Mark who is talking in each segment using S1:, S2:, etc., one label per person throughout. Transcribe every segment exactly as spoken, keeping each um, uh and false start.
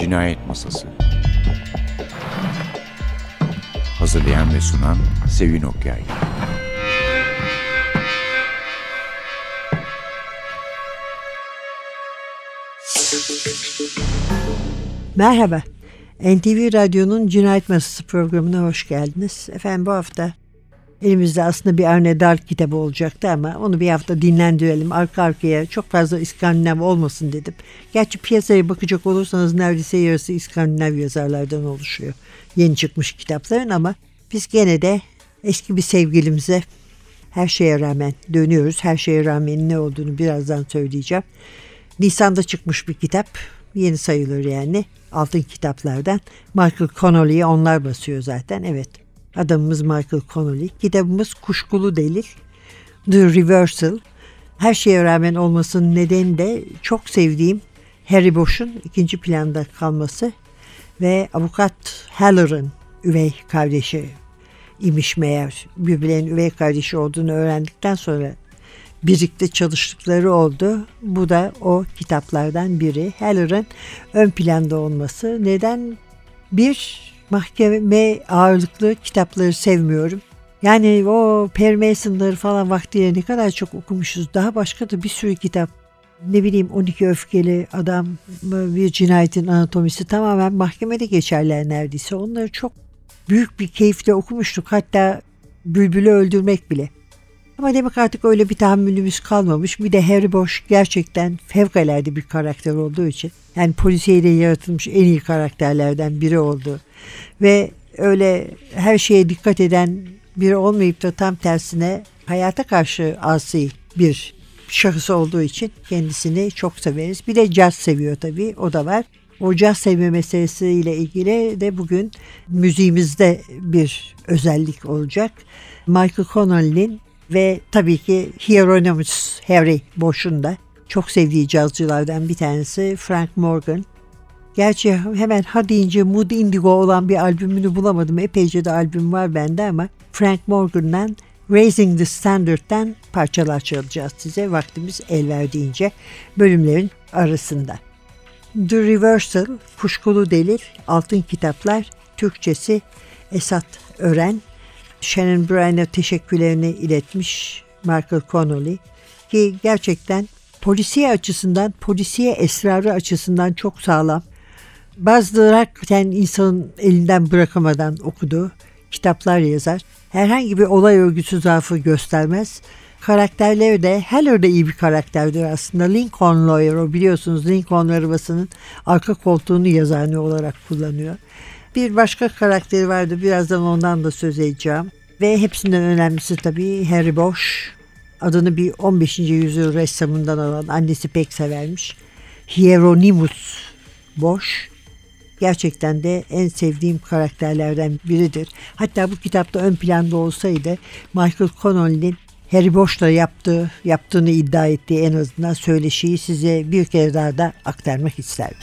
S1: Cinayet Masası. Hazırlayan ve sunan Sevin Okyay.
S2: Merhaba, N T V Radyo'nun Cinayet Masası programına hoş geldiniz. Efendim bu hafta elimizde aslında bir Arne Dahl kitabı olacaktı ama onu bir hafta dinlendirelim. Arka arkaya çok fazla İskandinav olmasın dedim. Gerçi piyasaya bakacak olursanız neredeyse yarısı İskandinav yazarlardan oluşuyor. Yeni çıkmış kitapların ama biz gene de eski bir sevgilimize her şeye rağmen dönüyoruz. Her şeye rağmen ne olduğunu birazdan söyleyeceğim. Nisan'da çıkmış bir kitap. Yeni sayılır yani. Altın kitaplardan. Michael Connolly'ye onlar basıyor zaten. Evet. Adamımız Michael Connolly. Kitabımız Kuşkulu Delil. The Reversal. Her şeye rağmen olmasının nedeni de çok sevdiğim Harry Bosch'un ikinci planda kalması ve avukat Halloran üvey kardeşi imiş meğer. Birbirlerinin üvey kardeşi olduğunu öğrendikten sonra birlikte çalıştıkları oldu. Bu da o kitaplardan biri. Halloran ön planda olması. Neden? Bir, mahkeme ağırlıklı kitapları sevmiyorum. Yani o Perry Mason'ları falan vaktiyle ne kadar çok okumuşuz. Daha başka da bir sürü kitap. Ne bileyim on iki Öfkeli Adam, Bir Cinayetin Anatomisi tamamen mahkemede geçerler neredeyse. Onları çok büyük bir keyifle okumuştuk. Hatta Bülbül'ü Öldürmek bile. Ama demek artık öyle bir tahammülümüz kalmamış. Bir de Harry Bosch gerçekten fevkalade bir karakter olduğu için. Yani polisiyeyle yaratılmış en iyi karakterlerden biri oldu. Ve öyle her şeye dikkat eden biri olmayıp da tam tersine hayata karşı asi bir şahıs olduğu için kendisini çok severiz. Bir de caz seviyor tabii, o da var. O caz sevme meselesiyle ilgili de bugün müziğimizde bir özellik olacak. Michael Connolly'nin ve tabii ki Hieronymus Harry Bosch'un da çok sevdiği cazcılardan bir tanesi Frank Morgan. Gerçi hemen ha deyince Mood Indigo olan bir albümünü bulamadım. Epeyce de albüm var bende ama Frank Morgan'dan Raising the Standard'dan parçalar çalacağız size vaktimiz el verdiğince bölümlerin arasında. The Reversal, Kuşkulu Delil, Altın Kitaplar, Türkçesi Esat Ören. Shannon Bryan'a teşekkürlerini iletmiş Michael Connolly ki gerçekten polisiye açısından, polisiye esrarı açısından çok sağlam. Bazıları hakikaten insanın elinden bırakamadan okuduğu kitaplar yazar. Herhangi bir olay örgüsü zaafı göstermez. Karakterleri de, Heller de iyi bir karakterdir aslında. Lincoln Lawyer, o biliyorsunuz Lincoln arabasının arka koltuğunu yazıhane olarak kullanıyor. Bir başka karakteri vardı, birazdan ondan da söz edeceğim. Ve hepsinden önemlisi tabii Harry Bosch. Adını bir on beşinci yüzyıl ressamından alan, annesi pek severmiş. Hieronymus Bosch. Gerçekten de en sevdiğim karakterlerden biridir. Hatta bu kitapta ön planda olsaydı Michael Connolly'nin Harry Bosch'la yaptığı, yaptığını iddia ettiği en azından söyleşiyi size bir kere daha da aktarmak isterdim.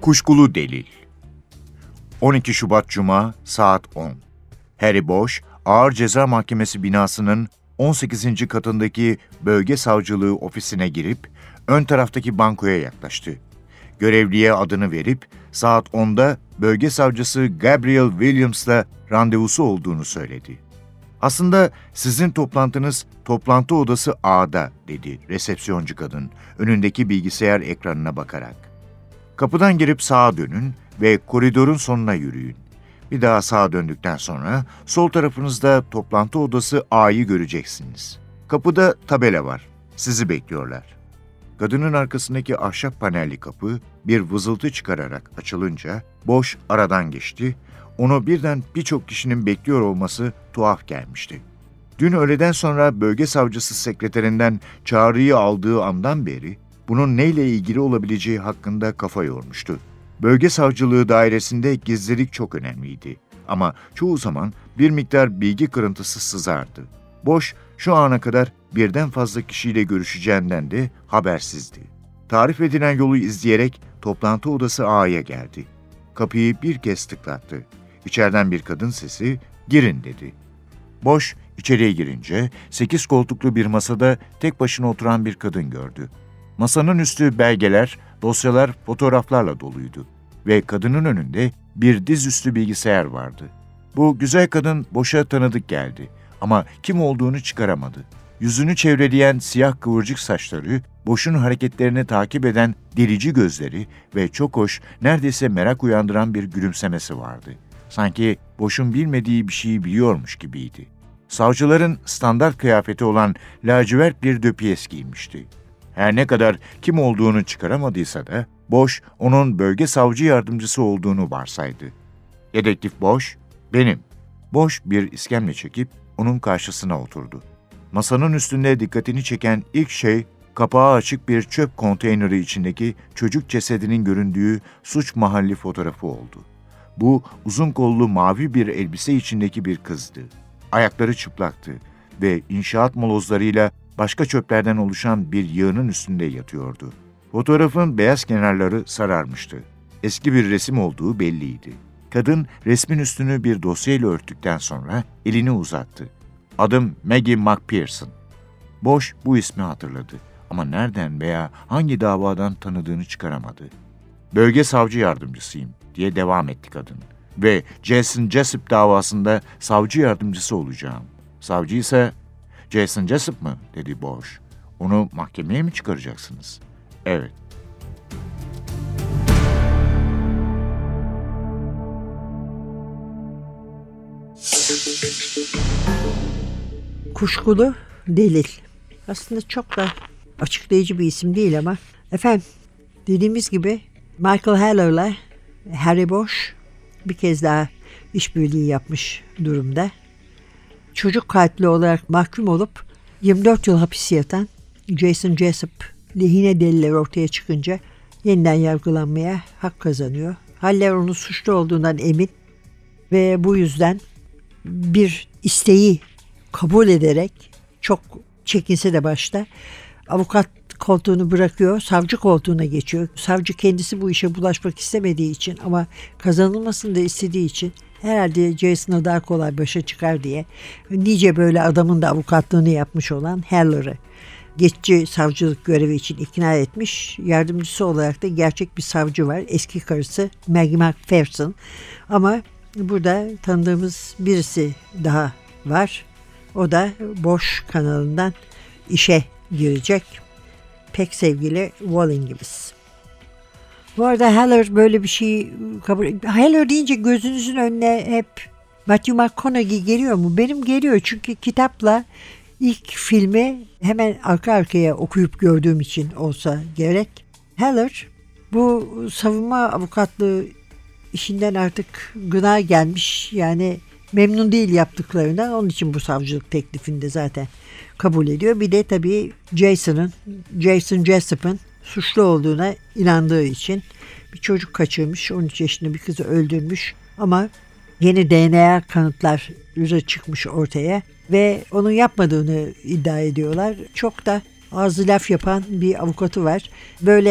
S1: Kuşkulu delil. on iki Şubat Cuma saat on. Harry Bosch, Ağır Ceza Mahkemesi binasının on sekizinci katındaki bölge savcılığı ofisine girip ön taraftaki bankoya yaklaştı. Görevliye adını verip saat onda bölge savcısı Gabriel Williams'la randevusu olduğunu söyledi. Aslında sizin toplantınız toplantı odası A'da, dedi resepsiyoncu kadın önündeki bilgisayar ekranına bakarak. Kapıdan girip sağa dönün ve koridorun sonuna yürüyün. Bir daha sağa döndükten sonra sol tarafınızda toplantı odası A'yı göreceksiniz. Kapıda tabela var. Sizi bekliyorlar. Kadının arkasındaki ahşap panelli kapı bir vızıltı çıkararak açılınca Bosch aradan geçti. Onu birden birçok kişinin bekliyor olması tuhaf gelmişti. Dün öğleden sonra bölge savcısı sekreterinden çağrıyı aldığı andan beri bunun neyle ilgili olabileceği hakkında kafa yormuştu. Bölge savcılığı dairesinde gizlilik çok önemliydi. Ama çoğu zaman bir miktar bilgi kırıntısı sızardı. Bosch şu ana kadar birden fazla kişiyle görüşeceğinden de habersizdi. Tarif edilen yolu izleyerek toplantı odası A'ya geldi. Kapıyı bir kez tıklattı. İçeriden bir kadın sesi, "Girin," dedi. Bosch içeriye girince sekiz koltuklu bir masada tek başına oturan bir kadın gördü. Masanın üstü belgeler, dosyalar, fotoğraflarla doluydu ve kadının önünde bir dizüstü bilgisayar vardı. Bu güzel kadın Bosch'a tanıdık geldi ama kim olduğunu çıkaramadı. Yüzünü çevreleyen siyah kıvırcık saçları, Bosch'un hareketlerini takip eden delici gözleri ve çok hoş, neredeyse merak uyandıran bir gülümsemesi vardı. Sanki Bosch'un bilmediği bir şeyi biliyormuş gibiydi. Savcıların standart kıyafeti olan lacivert bir döpiyes giymişti. Her ne kadar kim olduğunu çıkaramadıysa da Bosch onun bölge savcı yardımcısı olduğunu varsaydı. Dedektif Bosch, "Benim." Bosch bir iskemle çekip onun karşısına oturdu. Masanın üstünde dikkatini çeken ilk şey kapağı açık bir çöp konteyneri içindeki çocuk cesedinin göründüğü suç mahalli fotoğrafı oldu. Bu uzun kollu mavi bir elbise içindeki bir kızdı. Ayakları çıplaktı ve inşaat molozlarıyla başka çöplerden oluşan bir yığının üstünde yatıyordu. Fotoğrafın beyaz kenarları sararmıştı. Eski bir resim olduğu belliydi. Kadın resmin üstünü bir dosyayla örttükten sonra elini uzattı. "Adım Maggie McPherson." Bosch bu ismi hatırladı ama nereden veya hangi davadan tanıdığını çıkaramadı. "Bölge savcı yardımcısıyım," diye devam etti kadın. "Ve Jason Jessup davasında savcı yardımcısı olacağım." "Savcı ise..." "Jason Jessup mı?" dedi Bosch. "Onu mahkemeye mi çıkaracaksınız?" "Evet."
S2: Kuşkulu delil. Aslında çok da açıklayıcı bir isim değil ama efendim dediğimiz gibi Michael Haller'la Harry Bosch bir kez daha işbirliği yapmış durumda. Çocuk katili olarak mahkum olup yirmi dört yıl hapis yatan Jason Jessup lehine deliller ortaya çıkınca yeniden yargılanmaya hak kazanıyor. Haller onun suçlu olduğundan emin ve bu yüzden bir isteği kabul ederek çok çekinse de başta avukat koltuğunu bırakıyor, savcı koltuğuna geçiyor. Savcı kendisi bu işe bulaşmak istemediği için ama kazanılmasını da istediği için herhalde Jason'a daha kolay başa çıkar diye nice böyle adamın da avukatlığını yapmış olan Haller'ı geçici savcılık görevi için ikna etmiş. Yardımcısı olarak da gerçek bir savcı var. Eski karısı Maggie McPherson. Ama burada tanıdığımız birisi daha var. O da Bosch kanalından işe girecek. Pek sevgili Wallingimiz. Bu arada Haller böyle bir şey kabul... Haller deyince gözünüzün önüne hep Matthew McConaughey geliyor mu? Benim geliyor çünkü kitapla ilk filmi hemen arka arkaya okuyup gördüğüm için olsa gerek. Haller bu savunma avukatlığı işinden artık gına gelmiş, yani memnun değil yaptıklarından, onun için bu savcılık teklifinde zaten kabul ediyor. Bir de tabii Jason'ın, Jason Jessup'ın suçlu olduğuna inandığı için bir çocuk kaçırmış, on üç yaşında bir kızı öldürmüş ama yeni D N A kanıtları çıkmış ortaya ve onun yapmadığını iddia ediyorlar. Çok da ağzı laf yapan bir avukatı var. Böyle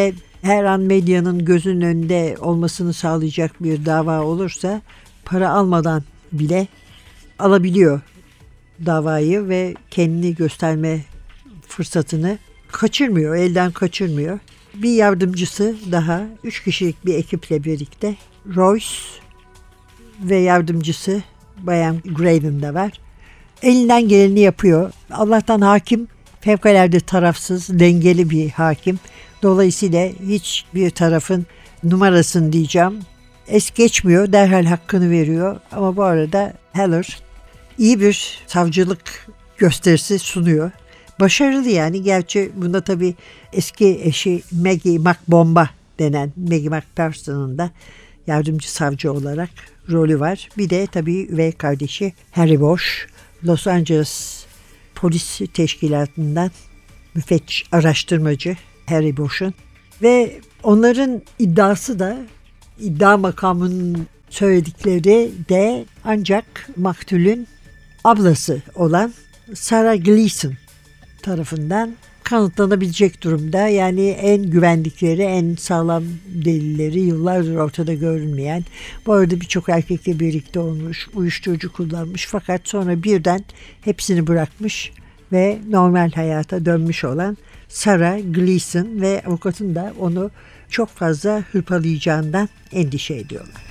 S2: her an medyanın gözünün önünde olmasını sağlayacak bir dava olursa para almadan bile alabiliyor davayı ve kendini gösterme fırsatını kaçırmıyor, elden kaçırmıyor. Bir yardımcısı daha, üç kişilik bir ekiple birlikte Royce ve yardımcısı Bayan Graydon da var. Elinden geleni yapıyor. Allah'tan hakim fevkalade tarafsız, dengeli bir hakim. Dolayısıyla hiçbir tarafın numarasını diyeceğim es geçmiyor, derhal hakkını veriyor. Ama bu arada Heller iyi bir savcılık gösterisi sunuyor. Başarılı yani. Gerçi bunda tabii eski eşi Maggie McBomba denen Maggie McPherson'ın da yardımcı savcı olarak rolü var. Bir de tabii üvey kardeşi Harry Bosch, Los Angeles Polis Teşkilatı'ndan müfettiş araştırmacı Harry Bosch'un ve onların iddiası da, iddia makamının söyledikleri de ancak maktulün ablası olan Sarah Gleason tarafından kanıtlanabilecek durumda. Yani en güvendikleri, en sağlam delilleri, yıllardır ortada görünmeyen, bu arada birçok erkekle birlikte olmuş, uyuşturucu kullanmış fakat sonra birden hepsini bırakmış ve normal hayata dönmüş olan Sarah Gleason ve avukatın da onu çok fazla hırpalayacağından endişe ediyorlar.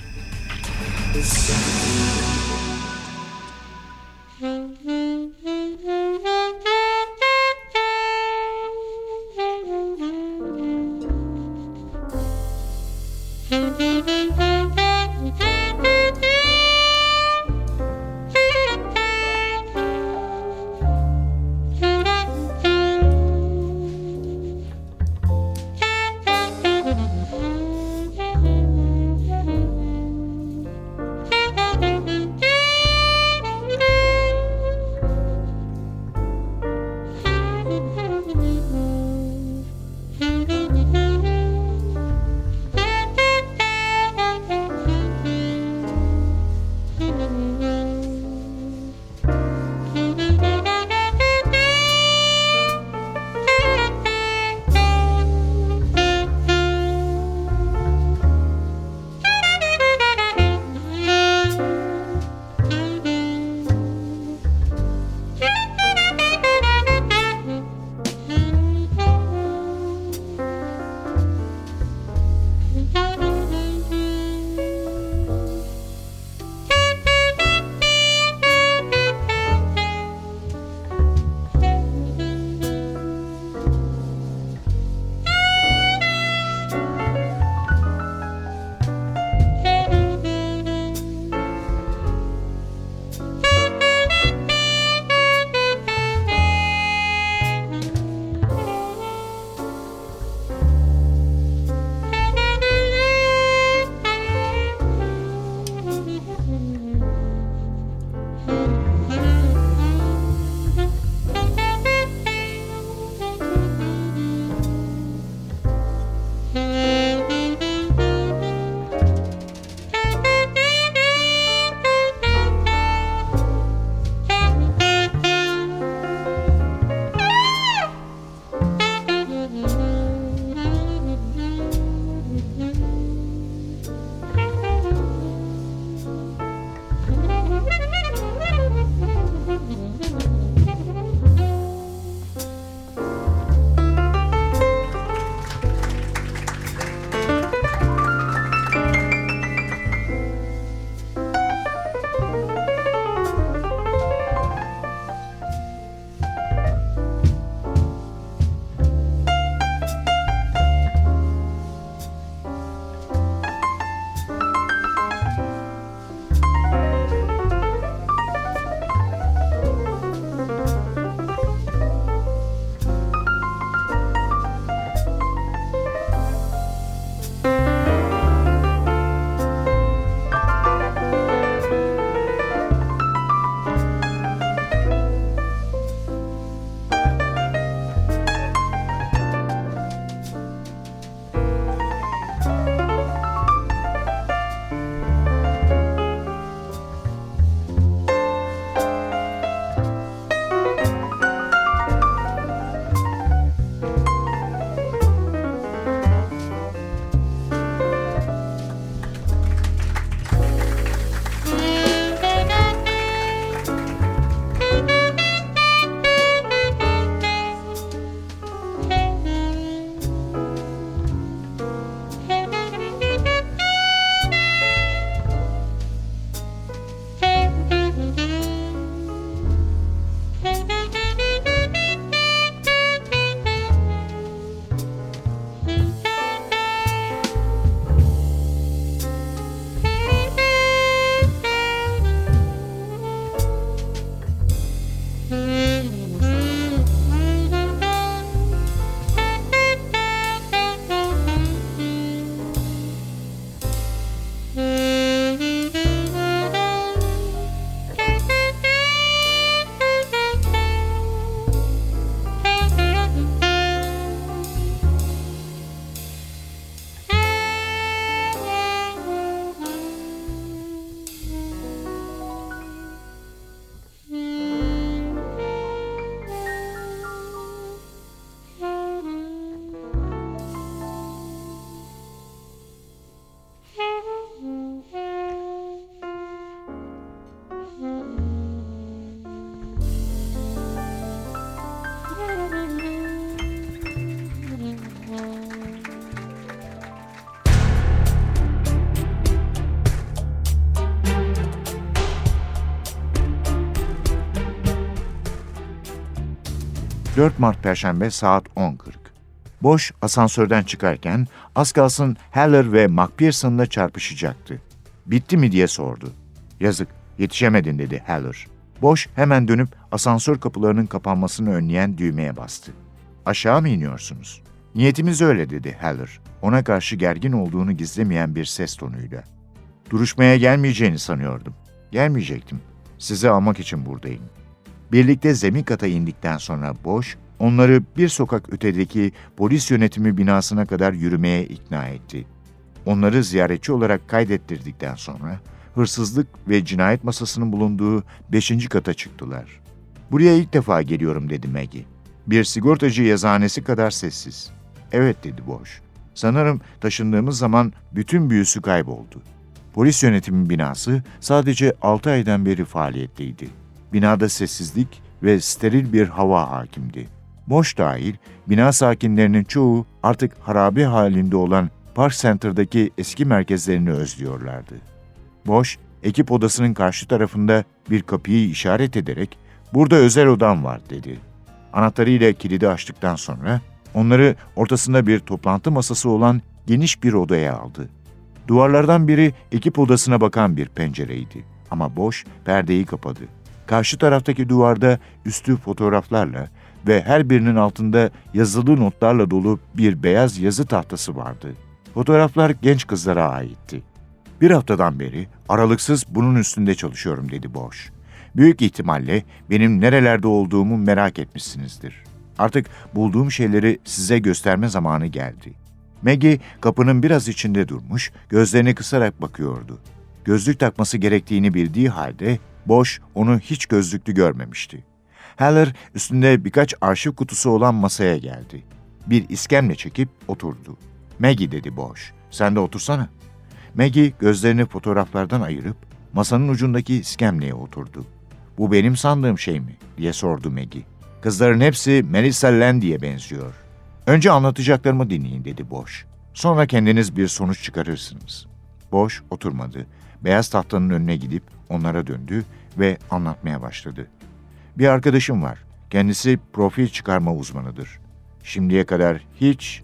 S1: dört Mart Perşembe saat on kırk. Bosch asansörden çıkarken az kalsın Haller ve McPherson'la çarpışacaktı. Bitti mi diye sordu. Yazık, yetişemedin dedi Haller. Bosch hemen dönüp asansör kapılarının kapanmasını önleyen düğmeye bastı. Aşağı mı iniyorsunuz? Niyetimiz öyle dedi Haller. Ona karşı gergin olduğunu gizlemeyen bir ses tonuyla. Duruşmaya gelmeyeceğini sanıyordum. Gelmeyecektim. Sizi almak için buradayım. Birlikte zemin kata indikten sonra Bosch, onları bir sokak ötedeki polis yönetimi binasına kadar yürümeye ikna etti. Onları ziyaretçi olarak kaydettirdikten sonra hırsızlık ve cinayet masasının bulunduğu beşinci kata çıktılar. Buraya ilk defa geliyorum dedi Maggie. Bir sigortacı yazıhanesi kadar sessiz. Evet dedi Bosch. Sanırım taşındığımız zaman bütün büyüsü kayboldu. Polis yönetimi binası sadece altı aydan beri faaliyetteydi. Binada sessizlik ve steril bir hava hakimdi. Bosch dahil bina sakinlerinin çoğu artık harabe halinde olan Park Center'daki eski merkezlerini özlüyorlardı. Bosch, ekip odasının karşı tarafında bir kapıyı işaret ederek "Burada özel odam var." dedi. Anahtarıyla kilidi açtıktan sonra onları ortasında bir toplantı masası olan geniş bir odaya aldı. Duvarlardan biri ekip odasına bakan bir pencereydi ama Bosch perdeyi kapadı. Karşı taraftaki duvarda üstü fotoğraflarla ve her birinin altında yazılı notlarla dolu bir beyaz yazı tahtası vardı. Fotoğraflar genç kızlara aitti. Bir haftadan beri aralıksız bunun üstünde çalışıyorum dedi Bosch. Büyük ihtimalle benim nerelerde olduğumu merak etmişsinizdir. Artık bulduğum şeyleri size gösterme zamanı geldi. Maggie kapının biraz içinde durmuş, gözlerini kısarak bakıyordu. Gözlük takması gerektiğini bildiği halde Bosch onu hiç gözlüklü görmemişti. Haller üstünde birkaç arşiv kutusu olan masaya geldi. Bir iskemle çekip oturdu. "Maggie" dedi Bosch, "sen de otursana." Maggie gözlerini fotoğraflardan ayırıp masanın ucundaki iskemleye oturdu. "Bu benim sandığım şey mi?" diye sordu Maggie. "Kızların hepsi Melissa Landy'ye benziyor. Önce anlatacaklarımı dinleyin" dedi Bosch. "Sonra kendiniz bir sonuç çıkarırsınız." Bosch oturmadı. Beyaz tahtanın önüne gidip onlara döndü ve anlatmaya başladı. "Bir arkadaşım var. Kendisi profil çıkarma uzmanıdır. Şimdiye kadar hiç..."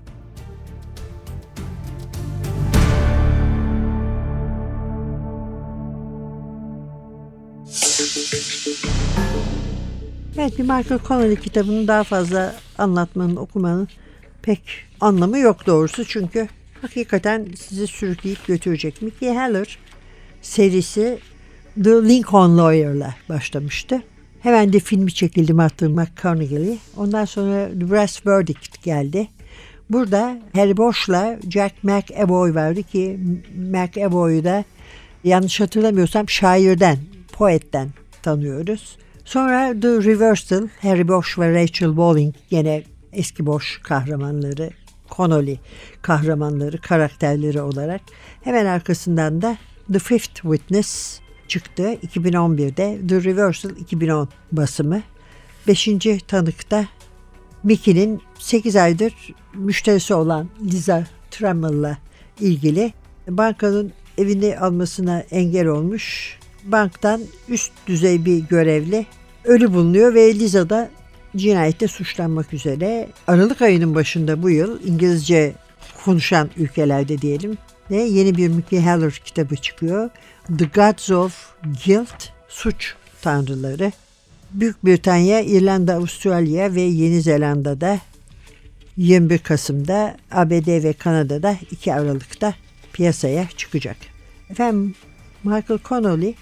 S2: Evet, bir Michael Connelly kitabını daha fazla anlatmanın, okumanın pek anlamı yok doğrusu. Çünkü hakikaten sizi sürükleyip götürecek. Mickey Haller serisi The Lincoln Lawyer'la başlamıştı. Hemen de filmi çekildi Matthew McConaughey. Ondan sonra The Brass Verdict geldi. Burada Harry Bosch'la Jack McAvoy vardı ki McAvoy'u da yanlış hatırlamıyorsam şairden, poetten tanıyoruz. Sonra The Reversal, Harry Bosch ve Rachel Walling, gene eski Bosch kahramanları, Connolly kahramanları, karakterleri olarak. Hemen arkasından da The Fifth Witness çıktı iki bin on birde, The Reversal iki bin on basımı. Beşinci tanıkta Mickey'nin sekiz aydır müşterisi olan Liza Trammell'la ilgili bankanın evini almasına engel olmuş. Banktan üst düzey bir görevli ölü bulunuyor ve Liza da cinayette suçlanmak üzere. Aralık ayının başında bu yıl İngilizce konuşan ülkelerde diyelim ve yeni bir Mickey Haller kitabı çıkıyor. The Gods of Guilt, Suç Tanrıları. Büyük Britanya, İrlanda, Avustralya ve Yeni Zelanda'da yirmi bir Kasım'da, A B D ve Kanada'da iki Aralık'ta piyasaya çıkacak. Efendim, Michael Connelly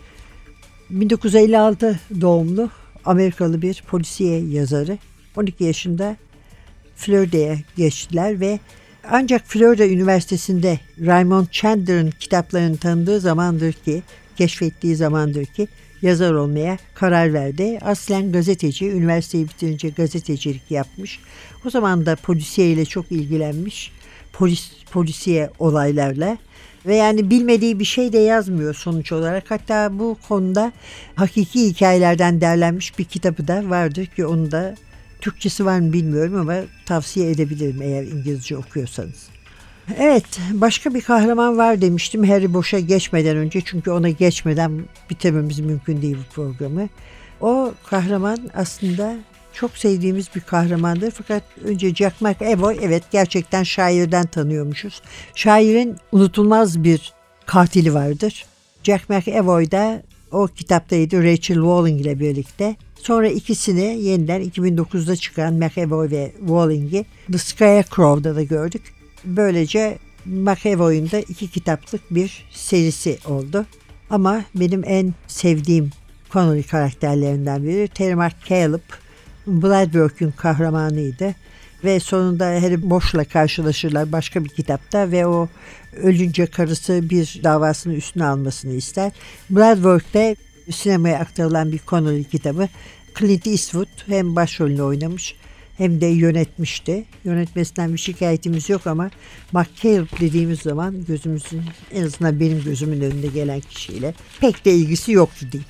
S2: bin dokuz yüz elli altı doğumlu Amerikalı bir polisiye yazarı. on iki yaşında Florida'ya geçtiler ve ancak Florida Üniversitesi'nde Raymond Chandler'ın kitaplarını tanıdığı zamandır ki, keşfettiği zamandır ki yazar olmaya karar verdi. Aslen gazeteci, üniversiteyi bitirince gazetecilik yapmış. O zaman da polisiye ile çok ilgilenmiş. Polis, polisiye olaylarla. Ve yani bilmediği bir şey de yazmıyor sonuç olarak. Hatta bu konuda hakiki hikayelerden derlenmiş bir kitabı da vardır ki onu da Türkçesi var mı bilmiyorum ama tavsiye edebilirim eğer İngilizce okuyorsanız. Evet, başka bir kahraman var demiştim Harry Bosch'a geçmeden önce, çünkü ona geçmeden bitirmemiz mümkün değil bu programı. O kahraman aslında çok sevdiğimiz bir kahramandır. Fakat önce Jack McEvoy, evet, gerçekten şairden tanıyormuşuz. Şairin unutulmaz bir katili vardır. Jack McEvoy da o kitaptaydı Rachel Walling ile birlikte. Sonra ikisini yeniden iki bin dokuzda çıkan McEvoy ve Walling'i The Scarecrow'da da gördük. Böylece McEvoy'un da iki kitaplık bir serisi oldu. Ama benim en sevdiğim Connolly karakterlerinden biri Terry McCaleb, Bloodwork'ün kahramanıydı. Ve sonunda Harry Bosch'la karşılaşırlar başka bir kitapta ve o ölünce karısı bir davasını üstüne almasını ister. Bloodwork'te sinemaya aktarılan bir Connolly kitabı. Clint Eastwood hem başrolünü oynamış hem de yönetmişti. Yönetmesinden bir şikayetimiz yok ama McCaleb dediğimiz zaman gözümüzün, en azından benim gözümün önünde gelen kişiyle pek de ilgisi yoktu diyeyim.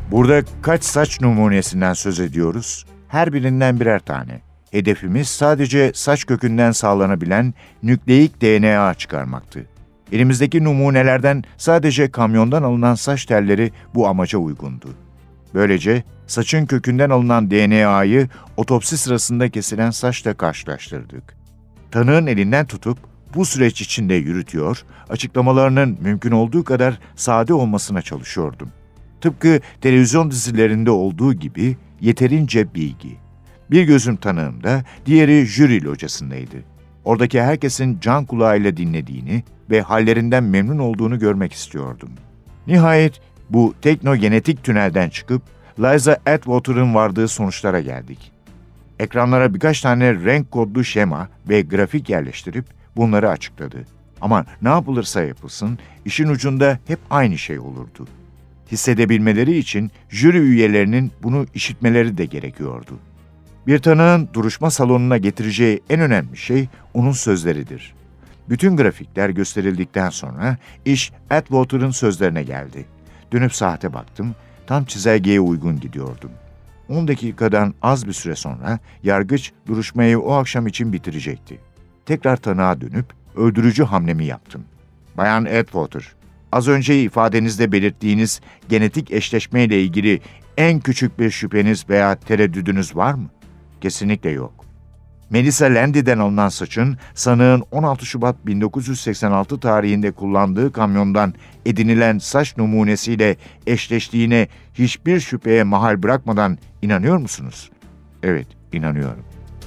S1: Burada kaç saç numunesinden söz ediyoruz? Her birinden birer tane. Hedefimiz sadece saç kökünden sağlanabilen nükleik D N A çıkarmaktı. Elimizdeki numunelerden sadece kamyondan alınan saç telleri bu amaca uygundu. Böylece saçın kökünden alınan D N A'yı otopsi sırasında kesilen saçla karşılaştırdık. Tanığın elinden tutup bu süreç içinde yürütüyor, açıklamalarının mümkün olduğu kadar sade olmasına çalışıyordum. Tıpkı televizyon dizilerinde olduğu gibi yeterince bilgi. Bir gözüm tanığımda, diğeri jüri locasındaydı. Oradaki herkesin can kulağıyla dinlediğini ve hallerinden memnun olduğunu görmek istiyordum. Nihayet bu teknogenetik tünelden çıkıp Liza Atwater'ın vardığı sonuçlara geldik. Ekranlara birkaç tane renk kodlu şema ve grafik yerleştirip bunları açıkladı. Ama ne yapılırsa yapılsın, işin ucunda hep aynı şey olurdu. Hissedebilmeleri için jüri üyelerinin bunu işitmeleri de gerekiyordu. Bir tanığın duruşma salonuna getireceği en önemli şey onun sözleridir. Bütün grafikler gösterildikten sonra iş Atwater'ın sözlerine geldi. Dönüp saate baktım, tam çizelgeye uygun gidiyordum. on dakikadan az bir süre sonra yargıç duruşmayı o akşam için bitirecekti. Tekrar tanığa dönüp öldürücü hamlemi yaptım. Bayan Atwater, az önce ifadenizde belirttiğiniz genetik eşleşmeyle ilgili en küçük bir şüpheniz veya tereddüdünüz var mı? Kesinlikle yok. Melissa Landy'den alınan saçın sanığın on altı Şubat bin dokuz yüz seksen altı tarihinde kullandığı kamyondan edinilen saç numunesiyle eşleştiğine hiçbir şüpheye mahal bırakmadan inanıyor musunuz? Evet, inanıyorum.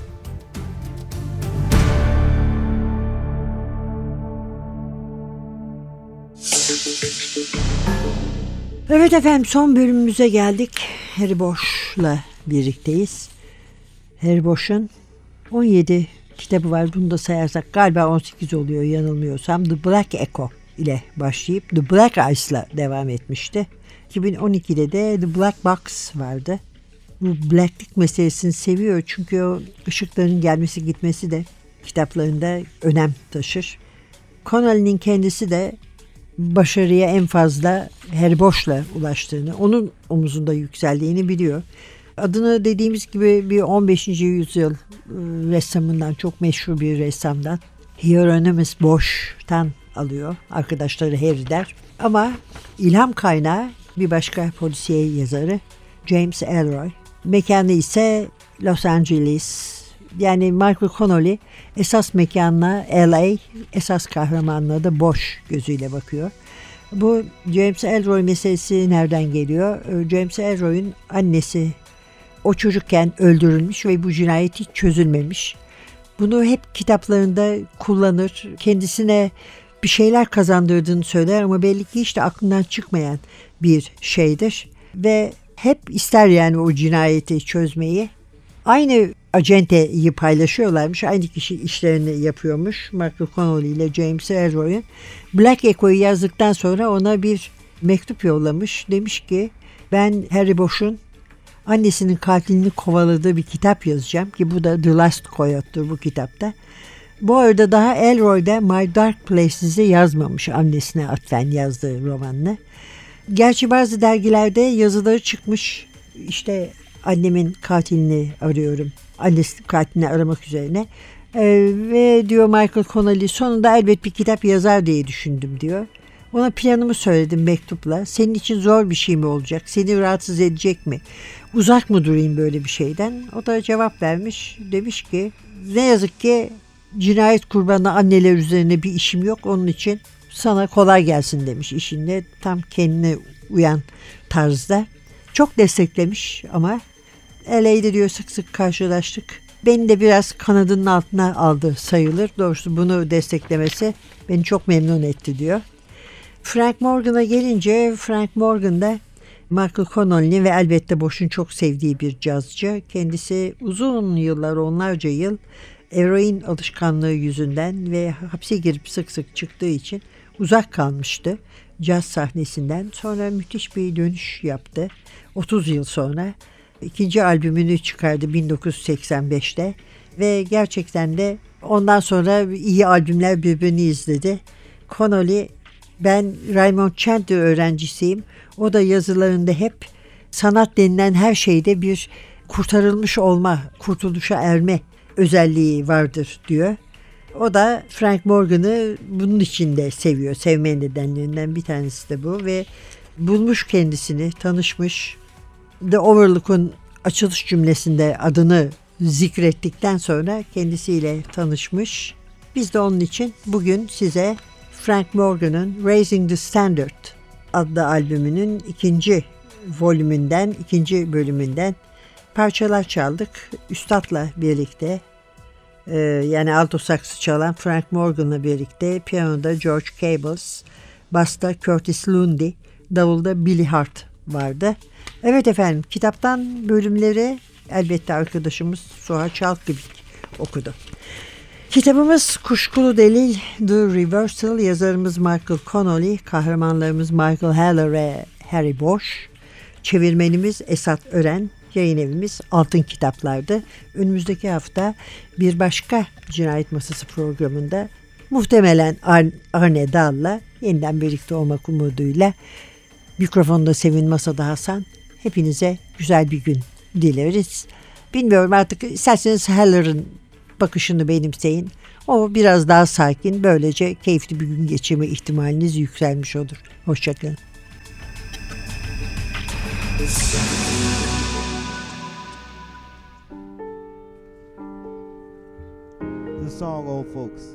S2: Evet efendim, son bölümümüze geldik. Harry Bosch'la birlikteyiz. Harry Bosch'un on yedi kitabı var. Bunu da sayarsak galiba on sekiz oluyor yanılmıyorsam. The Black Echo ile başlayıp The Black Ice'la devam etmişti. iki bin on ikide de The Black Box vardı. Bu blacklik meselesini seviyor çünkü o ışıkların gelmesi gitmesi de kitaplarında önem taşır. Connelly'nin kendisi de başarıya en fazla Harry Bosch'la ulaştığını, onun omuzunda yükseldiğini biliyor. Adını dediğimiz gibi bir on beşinci yüzyıl ressamından, çok meşhur bir ressamdan, Hieronymus Bosch'tan alıyor. Arkadaşları Harry der. Ama ilham kaynağı bir başka polisiye yazarı James Ellroy. Mekanı ise Los Angeles. Yani Michael Connelly esas mekanına L A, esas kahramanına da Bosch gözüyle bakıyor. Bu James Ellroy meselesi nereden geliyor? James Ellroy'un annesi o çocukken öldürülmüş ve bu cinayet hiç çözülmemiş. Bunu hep kitaplarında kullanır. Kendisine bir şeyler kazandırdığını söyler ama belli ki hiç de aklından çıkmayan bir şeydir. Ve hep ister yani o cinayeti çözmeyi. Aynı acenteyi paylaşıyorlarmış. Aynı kişi işlerini yapıyormuş. Michael Connelly ile James Ellroy'un. Black Echo'yu yazdıktan sonra ona bir mektup yollamış. Demiş ki ben Harry Bosch'un annesinin katilini kovaladığı bir kitap yazacağım ki bu da The Last Coyote'dur bu kitapta. Bu arada daha Ellroy'da My Dark Places'i yazmamış, annesine atfen yazdığı romanını. Gerçi bazı dergilerde yazıları çıkmış. İşte annemin katilini arıyorum. Annesinin katilini aramak üzerine. Ee, ve diyor Michael Connelly sonunda elbet bir kitap yazar diye düşündüm diyor. Ona planımı söyledim mektupla. Senin için zor bir şey mi olacak? Seni rahatsız edecek mi? Uzak mı durayım böyle bir şeyden? O da cevap vermiş. Demiş ki ne yazık ki cinayet kurbanı anneler üzerine bir işim yok. Onun için sana kolay gelsin demiş işinde. Tam kendine uyan tarzda. Çok desteklemiş ama L A'de diyor sık sık karşılaştık. Beni de biraz kanadının altına aldı sayılır. Doğrusu bunu desteklemesi beni çok memnun etti diyor. Frank Morgan'a gelince Frank Morgan da Michael Connelly ve elbette Bosch'un çok sevdiği bir cazcı. Kendisi uzun yıllar, onlarca yıl eroin alışkanlığı yüzünden ve hapse girip sık sık çıktığı için uzak kalmıştı caz sahnesinden. Sonra müthiş bir dönüş yaptı. otuz yıl sonra ikinci albümünü çıkardı bin dokuz yüz seksen beşte ve gerçekten de ondan sonra iyi albümler birbirini izledi. Connelly, ben Raymond Chandler öğrencisiyim. O da yazılarında hep sanat denilen her şeyde bir kurtarılmış olma, kurtuluşa erme özelliği vardır diyor. O da Frank Morgan'ı bunun için de seviyor. Sevme nedenlerinden bir tanesi de bu ve bulmuş kendisini, tanışmış. The Overlook'un açılış cümlesinde adını zikrettikten sonra kendisiyle tanışmış. Biz de onun için bugün size Frank Morgan'ın Raising the Standard adlı albümünün ikinci volümünden, ikinci bölümünden parçalar çaldık. Üstad'la birlikte, e, yani alto saksı çalan Frank Morgan'la birlikte, piyanoda George Cables, basta Curtis Lundy, davulda Billy Hart vardı. Evet efendim, kitaptan bölümleri elbette arkadaşımız Suha Çalkıbik okudu. Kitabımız Kuşkulu Delil, The Reversal, yazarımız Michael Connolly, kahramanlarımız Michael Haller ve Harry Bosch, çevirmenimiz Esat Ören, yayın evimiz Altın Kitaplar'dı. Önümüzdeki hafta bir başka Cinayet Masası programında muhtemelen Arne Dal'la yeniden birlikte olmak umuduyla, mikrofonda Sevin, masada Hasan, hepinize güzel bir gün dileriz. Bilmiyorum artık, isterseniz Haller'ın bakışını benimseyin. O biraz daha sakin, böylece keyifli bir gün geçirme ihtimaliniz yükselmiş olur. Hoşçakalın.
S3: The song Old Folks.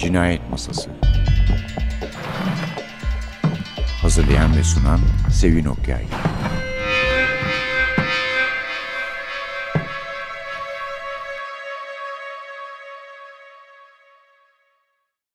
S1: Cinayet Masası. Hazırlayan ve sunan Sevin Okyay.